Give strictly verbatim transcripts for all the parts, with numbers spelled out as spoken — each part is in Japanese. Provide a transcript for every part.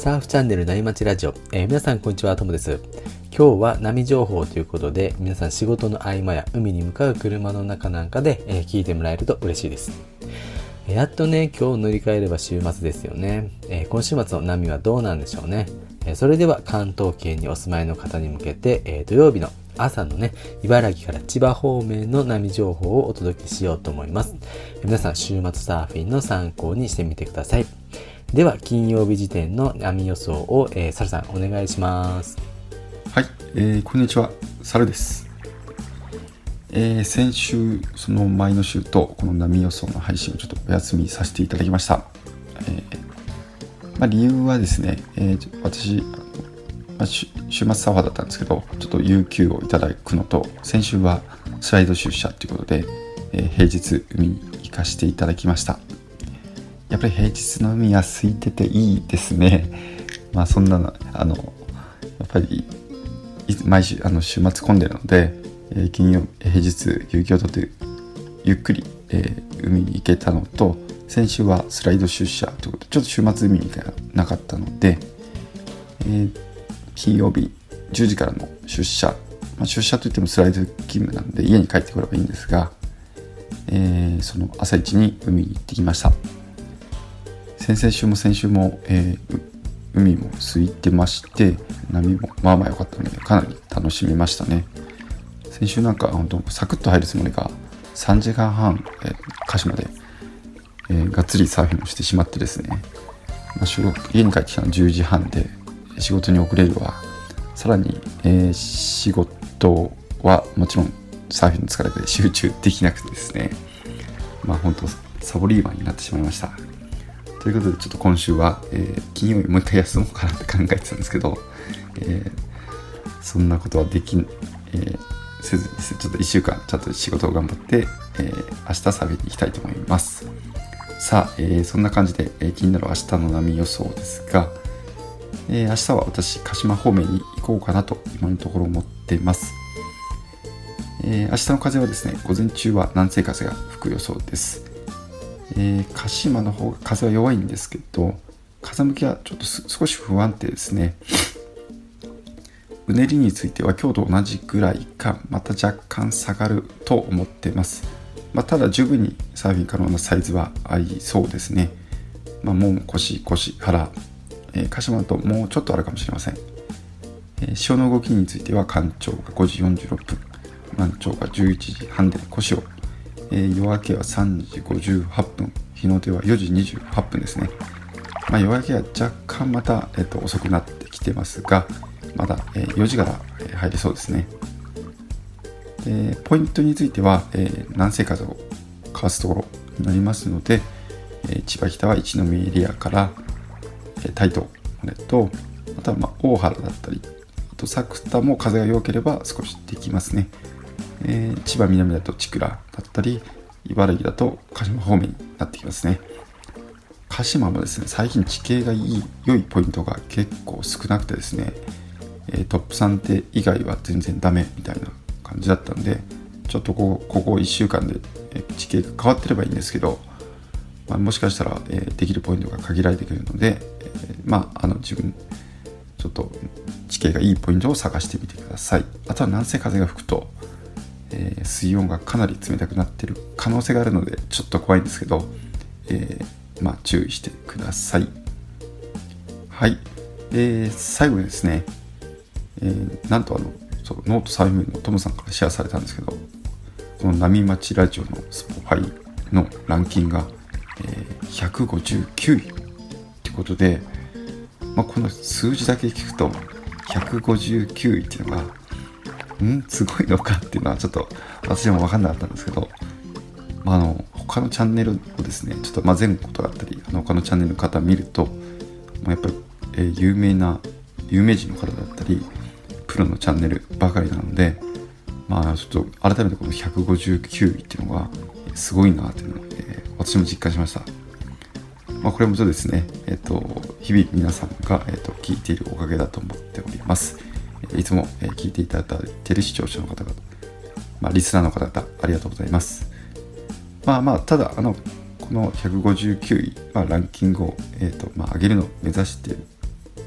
サーフチャンネルなみまちラジオ、えー、皆さんこんにちは、ともです。今日は波情報ということで、皆さん仕事の合間や海に向かう車の中なんかで、えー、聞いてもらえると嬉しいです。やっとね、今日乗り換えれば週末ですよね。えー、今週末の波はどうなんでしょうね。えー、それでは関東圏にお住まいの方に向けて、えー、土曜日の朝のね、茨城から千葉方面の波情報をお届けしようと思います。えー、皆さん週末サーフィンの参考にしてみてください。では金曜日時点の波予想を、えー、サルさんお願いします。 はい、えー、こんにちは、サルです。えー、先週その前の週とこの波予想の配信をちょっとお休みさせていただきました。えーまあ、理由はですね、えー、私、まあ、週末サーファーだったんですけど、ちょっと有給をいただくのと、先週はスライド出社ということで、えー、平日海に行かせていただきました。やっぱり平日の海は空いてていいですね。まあそんなのあのやっぱり毎週あの週末混んでるので、えー、金曜平日有給を取ってゆっくり、えー、海に行けたのと、先週はスライド出社ということでちょっと週末海に行かなかったので、えー、金曜日じゅうじからの出社、まあ、出社といってもスライド勤務なので家に帰ってくればいいんですが、えー、その朝一に海に行ってきました。先々週も先週も、えー、海も空いてまして、波もまあまあ良かったのでかなり楽しみましたね。先週なんか本当サクッと入るつもりがさんじかんはん、えー、鹿島で、えー、がっつりサーフィンをしてしまってですね、まあ、仕事家に帰ってきたのじゅうじはんで仕事に遅れるわ、さらに、えー、仕事はもちろんサーフィンの疲れで集中できなくてですね、まあ本当サボリーマンになってしまいました。ということでちょっと今週は、えー、金曜日もう一回休もうかなって考えてたんですけど、えー、そんなことはでき、えー、せずにですね、ちょっといっしゅうかんちゃんと仕事を頑張って、えー、明日サーフィンに行きたいと思います。さあ、えー、そんな感じで、えー、気になる明日の波予想ですが、えー、明日は私鹿島方面に行こうかなと今のところ思っています。えー、明日の風はですね、午前中は南西風が吹く予想です。えー、鹿島の方が風は弱いんですけど、風向きはちょっと少し不安定ですね。うねりについては今日と同じくらいか、また若干下がると思っています。まあ、ただ十分にサーフィン可能なサイズはありそうですね。まあ、もう腰、腰、腹、えー、鹿島だともうちょっとあるかもしれません。えー、潮の動きについては干潮がごじよんじゅうろっぷん、満潮がじゅういちじはんで小潮、えー、夜明けはさんじごじゅうはっぷん、日の出はよじにじゅうはっぷんですね。まあ、夜明けは若干また、えー、と遅くなってきてますが、まだ、えー、よじから、えー、入りそうですね。でポイントについては、えー、南西風をかわすところになりますので、えー、千葉北は一宮エリアから、えー、台東までと、または、まあ、大原だったり、あと作田も風が弱ければ少しできますね。えー、千葉南だと千倉だったり、茨城だと鹿島方面になってきますね。鹿島もですね、最近地形がいい良いポイントが結構少なくてですね、えー、トップさん手以外は全然ダメみたいな感じだったんで、ちょっとここ、ここいっしゅうかんで地形が変わってればいいんですけど、まあ、もしかしたら、えー、できるポイントが限られてくるので、えー、まああの自分ちょっと地形がいいポイントを探してみてください。あとは南西風が吹くと、えー、水温がかなり冷たくなっている可能性があるのでちょっと怖いんですけど、えー、まあ注意してください。はい、えー、最後にですね、えー、なんとあのそうノートサーフィンのトムさんからシェアされたんですけど、この波町ラジオのスポファイのランキングが、えー、ひゃくごじゅうきゅういってことで、まあ、この数字だけ聞くとひゃくごじゅうきゅういっていうのがんすごいのかっていうのはちょっと私も分かんなかったんですけど、まあ、あの他のチャンネルをですねちょっとまあ前後とだったりあの他のチャンネルの方を見ると、まあ、やっぱり、えー、有名な有名人の方だったりプロのチャンネルばかりなので、まあちょっと改めてこのひゃくごじゅうきゅういっていうのがすごいなっていうのを、えー、私も実感しました。まあ、これもそうですね、えっと、日々皆さんが、えっと、聞いているおかげだと思っております。いつも聞いていただいている視聴者の方々、まあ、リスナーの方々ありがとうございます。まあまあただあのこのひゃくごじゅうきゅうい、まあ、ランキングを、えーとまあ、上げるのを目指して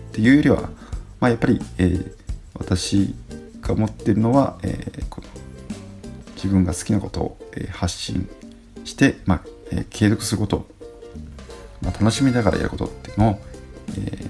っていうよりは、まあ、やっぱり、えー、私が思っているのは、えー、この自分が好きなことを、えー、発信して、まあえー、継続することを、まあ、楽しみながらやることっていうのを、え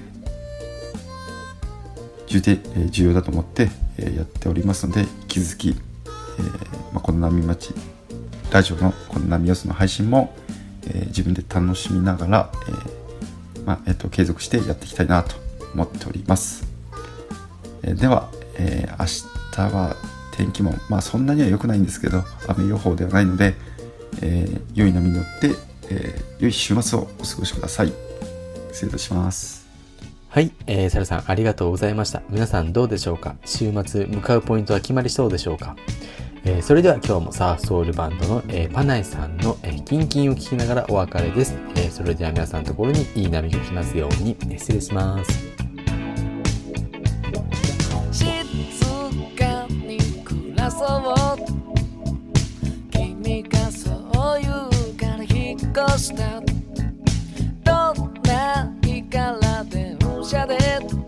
ー、重点、えー、重要だと思って、えー、やっておりますので、引き続き、えーまあ、この波町ラジオのこの波よその配信も、えー、自分で楽しみながら、えーまあえー、と継続してやっていきたいなと思っております。えー、では、えー、明日は天気も、まあ、そんなには良くないんですけど、雨予報ではないので、えー、良い波に乗って、えー、良い週末をお過ごしください。失礼いたします。 はい、えー、サルさんありがとうございました。皆さんどうでしょうか？週末向かうポイントは決まりそうでしょうか？えー、それでは今日もサーフソウルバンドの、えー、パナイさんの、えー、キンキンを聞きながらお別れです。えー、それでは皆さんのところにいい波が来ますように、えー、失礼します。 静かに暮らそう、君がそう言うから引っ越した。どんな日から電車で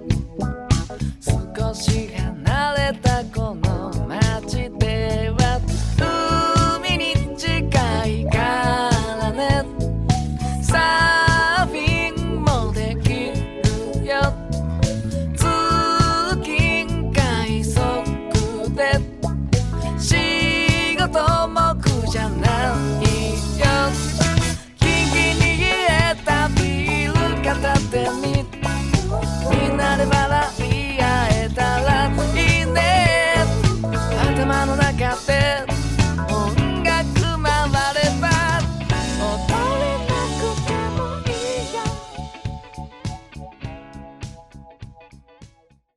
少し離れたこの街では海に近いからね、サーフィンもできるよ。通勤快速で仕事も苦じゃないよ。キンキンに冷えたビール片手にみんなで笑い合えたらいいね。頭の中で